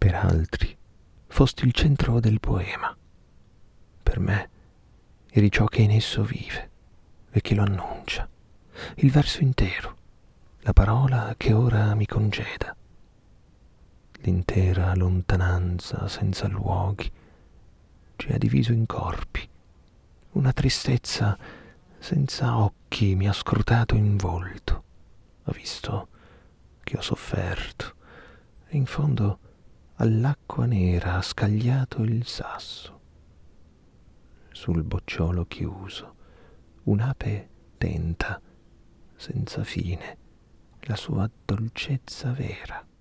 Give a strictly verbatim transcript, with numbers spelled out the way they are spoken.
Per altri fosti il centro del poema. Per me eri ciò che in esso vive e che lo annuncia, il verso intero, la parola che ora mi congeda. L'intera lontananza senza luoghi ci ha diviso in corpi. Una tristezza senza occhi mi ha scrutato in volto. Ho visto che ho sofferto e in fondo all'acqua nera ha scagliato il sasso. Sul bocciolo chiuso un'ape tenta senza fine la sua dolcezza vera.